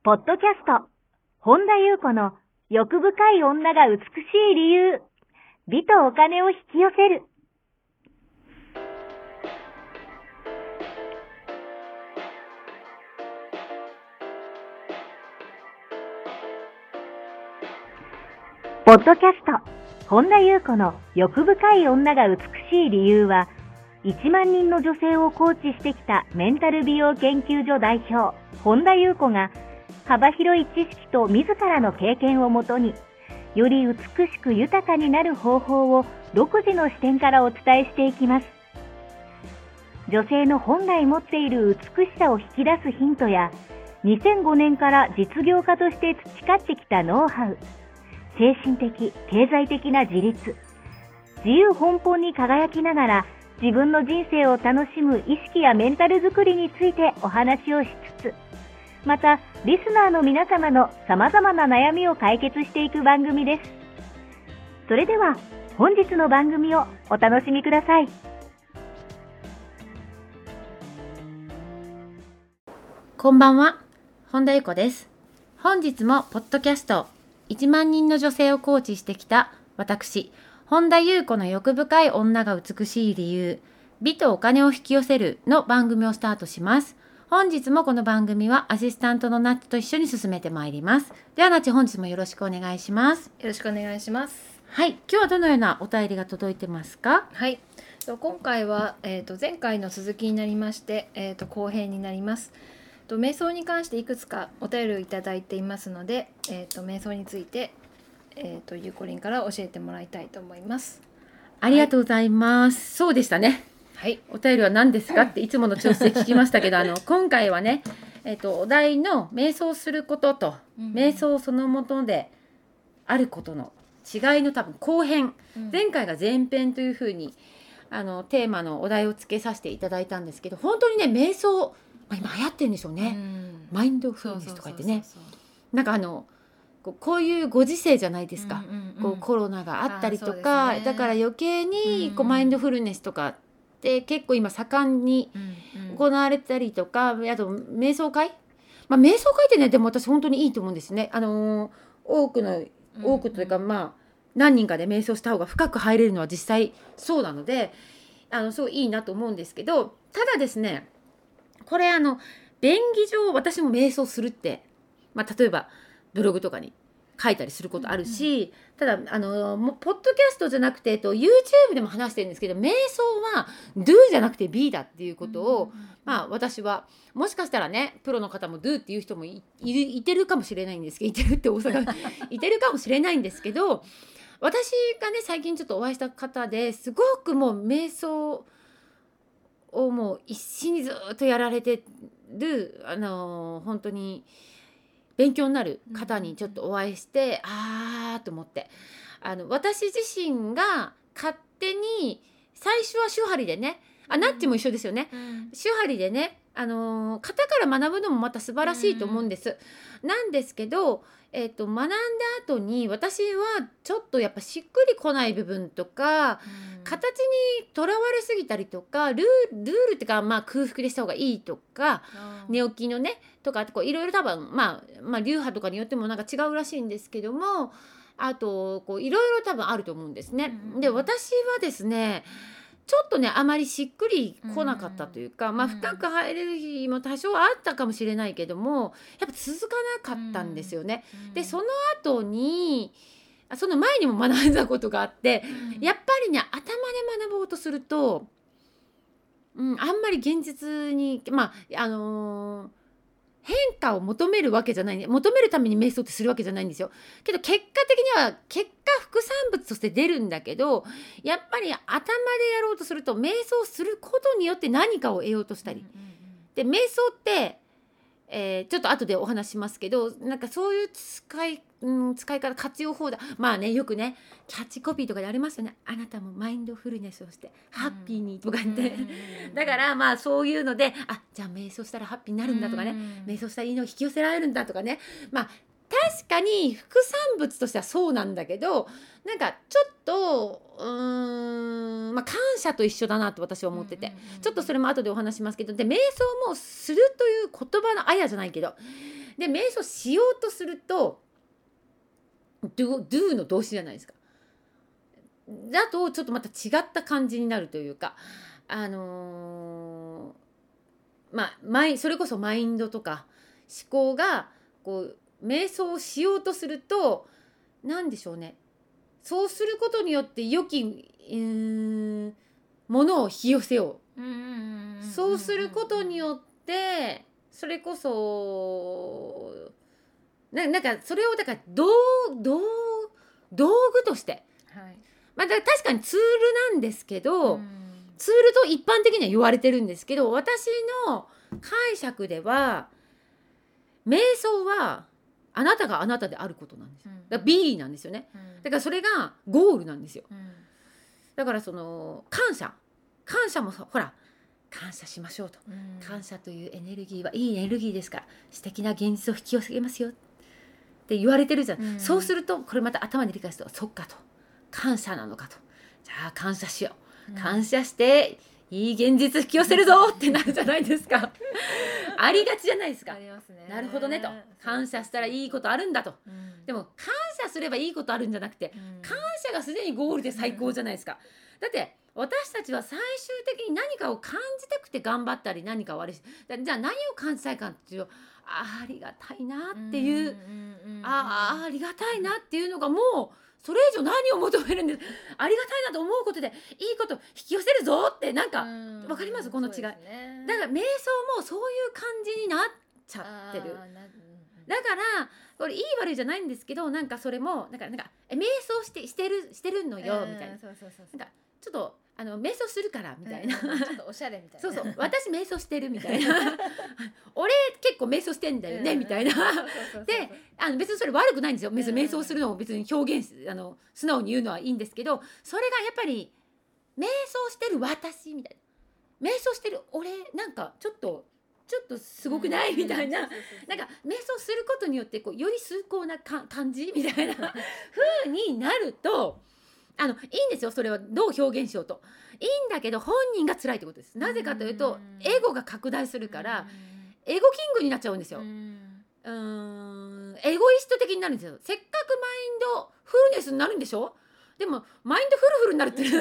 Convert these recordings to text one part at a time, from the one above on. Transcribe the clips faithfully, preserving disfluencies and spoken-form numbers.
ポッドキャスト、本田裕子の欲深い女が美しい理由、美とお金を引き寄せる。ポッドキャスト、本田裕子の欲深い女が美しい理由は、いちまんにんの女性をコーチしてきたメンタル美容研究所代表、本田裕子が、幅広い知識と自らの経験をもとに、より美しく豊かになる方法を独自の視点からお伝えしていきます。女性の本来持っている美しさを引き出すヒントや、にせんごねんから実業家として培ってきたノウハウ、精神的、経済的な自立、自由奔放に輝きながら自分の人生を楽しむ意識やメンタルづくりについてお話をしつつ、またリスナーの皆様の様々な悩みを解決していく番組です。それでは本日の番組をお楽しみください。 こんばんは、本田裕子です。本日もポッドキャストいちまんにんの女性をコーチしてきた私、本田裕子の欲深い女が美しい理由、美とお金を引き寄せるの番組をスタートします。本日もこの番組はアシスタントのナッチと一緒に進めてまいります。ではナッチ、本日もよろしくお願いします。 よろしくお願いします。 はい、今日はどのようなお便りが届いてますか？ はい、今回は、えー、と前回の続きになりまして、えー、と後編になります。と瞑想に関していくつかお便りをいただいていますので、えー、と瞑想について、えー、とゆうこりんから教えてもらいたいと思います。 ありがとうございます、はい、そうでしたね。 はい、 お便りは何ですかっていつもの調子で聞きましたけどあの今回はね、えー、とお題の瞑想することと、うん、瞑想そのもとであることの違いの多分後編、うん、前回が前編というふうにあのテーマのお題をつけさせていただいたんですけど、本当にね瞑想、まあ、今流行ってるんでしょうね、うん、マインドフルネスとか言ってね、なんかあのこう、こういうご時世じゃないですか、うんうんうん、こうコロナがあったりとか、ね、だから余計にこうマインドフルネスとかで結構今盛んに行われたりとか、あと瞑想会、まあ、瞑想会ってねでも私本当にいいと思うんですね。あのー、多くの多くというか、まあ何人かで瞑想した方が深く入れるのは実際そうなので、あのすごいいいなと思うんですけど、ただですね、これあの便宜上私も瞑想するって、まあ、例えばブログとかに書いたりすることあるし、うんうん、ただあのもうポッドキャストじゃなくてと YouTube でも話してるんですけど、瞑想は Do じゃなくて Be だっていうことを、うんうんうん、まあ私はもしかしたらねプロの方も Do っていう人も い, い, るいてるかもしれないんですけど、いてるって大阪いてるかもしれないんですけど、私がね最近ちょっとお会いした方ですごくもう瞑想をもう一心にずっとやられてる、あのー、本当に勉強になる方にちょっとお会いして、うん、あーと思って、あの私自身が勝手に最初は手張りでね、あ、ナッチも一緒ですよね、うん、手張りでね、あのー、型から学ぶのもまた素晴らしいと思うんです、うん、なんですけど、えーと、学んだ後に私はちょっとやっぱしっくりこない部分とか、うん、形にとらわれすぎたりとか、ルール、ルールっていうか、まあ、空腹でした方がいいとか、寝起きのねとかいろいろ多分、まあ、まあ流派とかによってもなんか違うらしいんですけども、あとこういろいろ多分あると思うんですね、うん、で私はですねちょっとねあまりしっくりこなかったというか、うん、まあ深く入れる日も多少あったかもしれないけども、やっぱ続かなかったんですよね、うん、でその後にその前にも学んだことがあって、うん、やっぱりね頭で学ぼうとすると、うん、あんまり現実にまああのー変化を求めるわけじゃない、求めるために瞑想ってするわけじゃないんですよ。けど結果的には結果副産物として出るんだけど、やっぱり頭でやろうとすると瞑想することによって何かを得ようとしたり、うんうんうん、で瞑想って、えー、ちょっと後でお話しますけど、なんかそういう使い、うん、使い方活用法だ、まあねよくねキャッチコピーとかでありますよね。あなたもマインドフルネスをしてハッピーにとか言って、うん、だからまあそういうので、あ、じゃあ瞑想したらハッピーになるんだとかね、うん、瞑想したらいいのを引き寄せられるんだとかね、まあ確かに副産物としてはそうなんだけど、なんかちょっとうーん、まあ、感謝と一緒だなと私は思ってて、うんうんうん、ちょっとそれも後でお話しますけど、で瞑想もするという言葉のあやじゃないけど、 で瞑想しようとすると do, do の動詞じゃないですか。だとちょっとまた違った感じになるというか、あのー、まあマイそれこそマインドとか思考がこう瞑想をしようとすると何でしょうね、そうすることによって良き、うーん、ものを引き寄せよう。そうすることによってそれこそな、なんかそれをだから道道道具として、はい、まあ、だから確かにツールなんですけど、ツールと一般的には言われてるんですけど、私の解釈では瞑想はあなたがあなたであることなんですよ。だから B なんですよね。だからそれがゴールなんですよ。だからその感謝感謝もほら感謝しましょうと、感謝というエネルギーはいいエネルギーですから素敵な現実を引き寄せますよって言われてるじゃん、うん、そうするとこれまた頭で理解するとそっかと、感謝なのかと、じゃあ感謝しよう、感謝していい現実引き寄せるぞってなるじゃないですかありがちじゃないですか。ありますね。なるほどねと、感謝したらいいことあるんだと、うん、でも感謝すればいいことあるんじゃなくて、うん、感謝がすでにゴールで最高じゃないですか、うん、だって私たちは最終的に何かを感じたくて頑張ったり何かを悪いし、じゃあ何を感じたいかっていうと、あありがたいなっていう、ああありがたいなっていうのがもうそれ以上何を求めるんです。ありがたいなと思うことでいいこと引き寄せるぞってなんかわかりますこの違い、ね、だから瞑想もそういう感じになっちゃってる。だからこれいい悪いじゃないんですけど、なんかそれもなんかなんかえ瞑想してしてるしてるのよみたいな、そうそうそうそう、なんかちょっとあの瞑想するからみたいな、うん、ちょっとおしゃれみたいなそうそう私瞑想してるみたいな俺結構瞑想してんだよね、うん、みたいなであの別にそれ悪くないんですよ。別に瞑想するのを別に表現あの素直に言うのはいいんですけど、それがやっぱり瞑想してる私みたいな、瞑想してる俺なんかちょっとちょっとすごくない、うん、みたいな、なんか瞑想することによってこうより崇高なか感じみたいな風になるとあのいいんですよ。それはどう表現しようといいんだけど本人が辛いってことです。なぜかというとエゴが拡大するからエゴキングになっちゃうんですよ。うーんエゴイスト的になるんですよ。せっかくマインドフルネスになるんでしょ。でもマインドフルフルになるって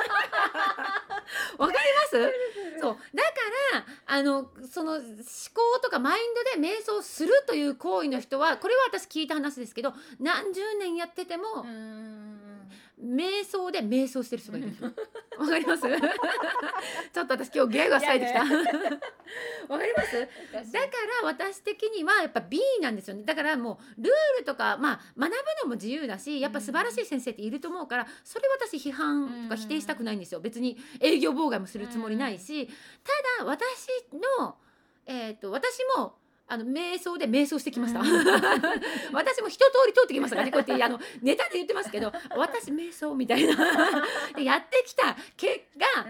わかりますそうだからあのその思考とかマインドで瞑想するという行為の人は、これは私聞いた話ですけど、何十年やっててもうーん瞑想で瞑想してる人がいるんですよ。わかりますちょっと私今日ゲーがさえてきたわかります。だから私的にはやっぱ B なんですよね。だからもうルールとか、まあ、学ぶのも自由だしやっぱ素晴らしい先生っていると思うから、それ私批判とか否定したくないんですよ。別に営業妨害もするつもりないし、ただ私の、えーと、私もあの瞑想で瞑想してきました、うん、私も一通り通ってきましたからね。こうやってあのネタで言ってますけど私瞑想みたいなやってきた結果、うん、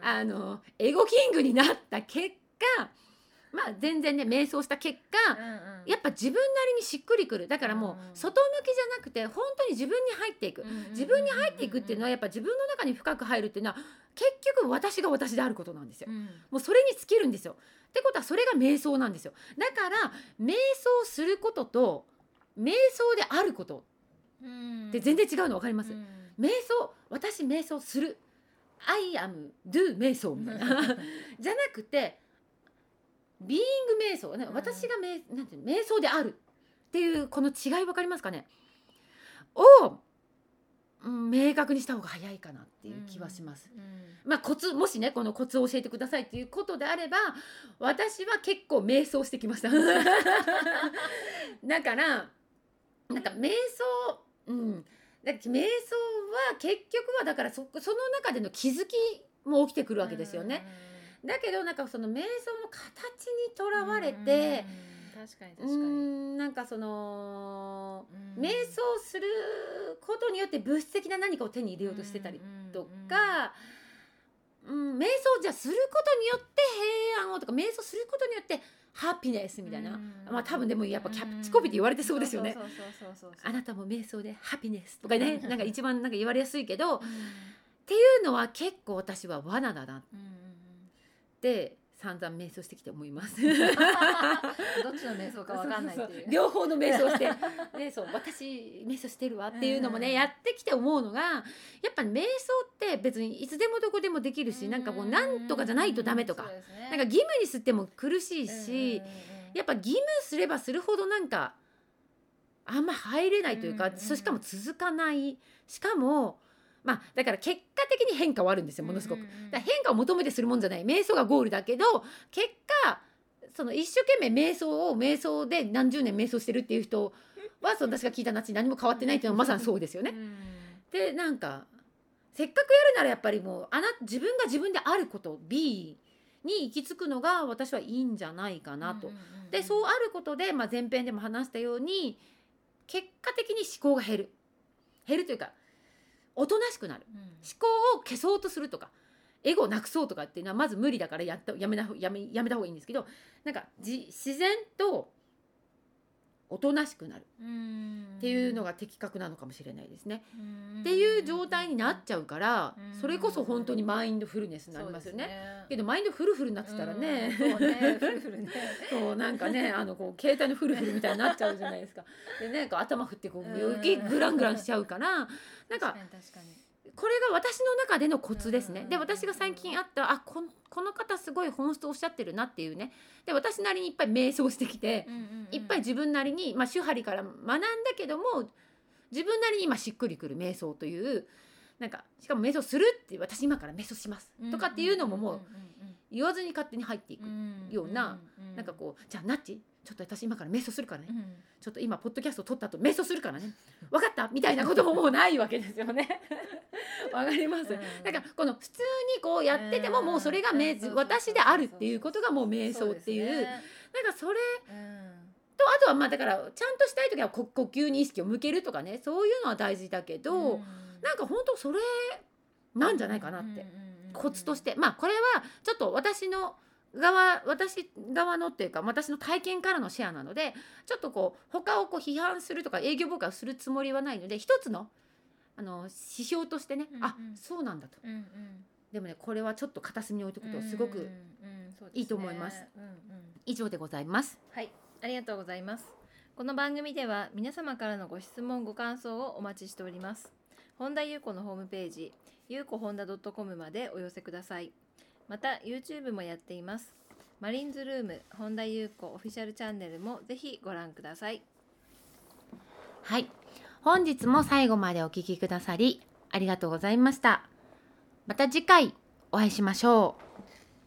あのエゴキングになった結果、まあ全然ね瞑想した結果、うんうん、やっぱ自分なりにしっくりくる。だからもう外向きじゃなくて本当に自分に入っていく、うん、自分に入っていくっていうのはやっぱ自分の中に深く入るっていうのは結局私が私であることなんですよ、うん、もうそれに尽きるんですよ。ってことはそれが瞑想なんですよ。だから瞑想することと瞑想であることって全然違うの分かります、うん、瞑想私瞑想する I am do 瞑想みたいなじゃなくてビーイング瞑想、ね、私がめなんていう瞑想であるっていうこの違い分かりますかねを、うん、明確にした方が早いかなっていう気はします、うんうん、まあコツもしねこのコツを教えてくださいっていうことであれば私は結構瞑想してきましただからなんか瞑想、うん、だ瞑想は結局はだから そ, その中での気づきも起きてくるわけですよね、うん、だけどなんかその瞑想の形にとらわれて、うん、確かに確かにうんなんかその、うん、瞑想することによって物質的な何かを手に入れようとしてたりとか、うんうんうん、瞑想じゃすることによって平安をとか瞑想することによってハピネスみたいな、まあ多分でもやっぱキャッチコピーって言われてそうですよね。あなたも瞑想でハピネスとかねなんか一番なんか言われやすいけどっていうのは結構私は罠だなって散々瞑想してきて思いますどっちの瞑想かわかんないっていう。 そうそうそう両方の瞑想して、ね、そう私瞑想してるわっていうのもね、 うんやってきて思うのがやっぱ瞑想って別にいつでもどこでもできるし、なんかもうなんとかじゃないとダメとか、 そうですね、 なんか義務にすっても苦しいし、 うんうんうんやっぱ義務すればするほどなんかあんま入れないというか、 うんうんそしかも続かない、しかもまあだから結果的に変化はあるんですよ、ものすごく。 うんうんうんだから変化を求めてするもんじゃない、瞑想がゴールだけど、結果その一生懸命瞑想を瞑想で何十年瞑想してるっていう人は、その私が聞いた後に何も変わってないっていうのはまさにそうですよね。 うんでなんかせっかくやるならやっぱりもうあな自分が自分であること B に行き着くのが私はいいんじゃないかなと。 うんうんうんでそうあることで、まあ、前編でも話したように結果的に思考が減る減るというかおとなしくなる、 うん思考を消そうとするとかエゴをなくそうとかっていうのはまず無理だからやったやめなやめやめた方がいいんですけど、なんかじ自然とおとなしくなるっていうのが的確なのかもしれないですね。っていう状態になっちゃうから、それこそ本当にマインドフルネスになりますよね。けどマインドフルフルになってたらね、 うんそうねフルフルねそうなんかねあのこう携帯のフルフルみたいになっちゃうじゃないですか。でねこう頭振ってこう雪グラングランしちゃうからなん確かかに確かにこれが私の中でのコツですね。 うんで私が最近あったあここの方すごい本質をおっしゃってるなっていうね。で私なりにいっぱい瞑想してきて、 うんうんうんいっぱい自分なりに、まあ、手張りから学んだけども自分なりに今しっくりくる瞑想というなんかしかも瞑想するって私今から瞑想しますとかっていうのももう言わずに勝手に入っていくようななんかこうじゃあナッチちょっと私今から瞑想するからね、 うんちょっと今ポッドキャスト撮った後瞑想するからね分かったみたいなことももうないわけですよねわかります、 うんだからこの普通にこうやっててももうそれがめうんそうそうそう私であるっていうことがもう瞑想っていうそですねなんかそれうんとあとはまあだからちゃんとしたい時は呼呼吸に意識を向けるとかねそういうのは大事だけど、 うんなんか本当それなんじゃないかなって、 うんうんうんうんコツとしてまあこれはちょっと私の側私側のっていうか私の体験からのシェアなのでちょっとこう他をこう批判するとか営業妨害をするつもりはないので一つのあの指標としてね、 うんうんあそうなんだと。 うんうんでもねこれはちょっと片隅に置いとくとすごくうんうんそうですねいいと思いますうんうん以上でございます。 はい、ありがとうございます。この番組では皆様からのご質問ご感想をお待ちしております。本田裕子のホームページゆうこ本田 .com までお寄せください。また YouTube もやっています。マリンズルーム本田裕子オフィシャルチャンネルもぜひご覧ください。 はい本日も最後までお聞きくださりありがとうございました。また次回お会いしましょう。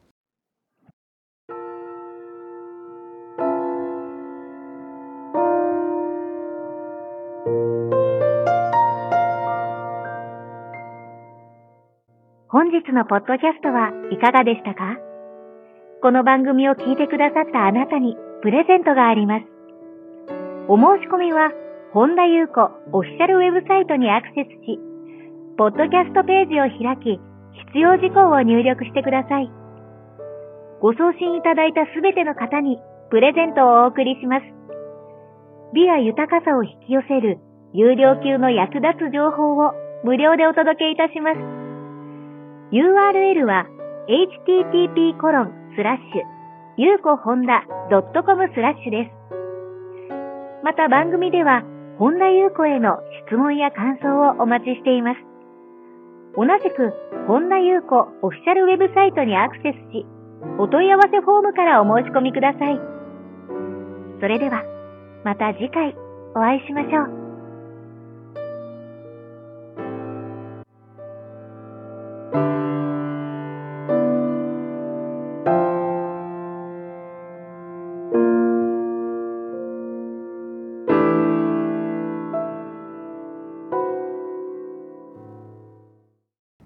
本日のポッドキャストはいかがでしたか？この番組を聞いてくださったあなたにプレゼントがあります。お申し込みは、本田裕子オフィシャルウェブサイトにアクセスし、ポッドキャストページを開き、必要事項を入力してください。ご送信いただいたすべての方にプレゼントをお送りします。美や豊かさを引き寄せる有料級の役立つ情報を無料でお届けいたします。ユーアールエル は エイチティーティーピーコロンスラッシュゆうこほんだドットコムスラッシュです。また番組では本田裕子への質問や感想をお待ちしています。同じく本田裕子オフィシャルウェブサイトにアクセスし、お問い合わせフォームからお申し込みください。それではまた次回お会いしましょう。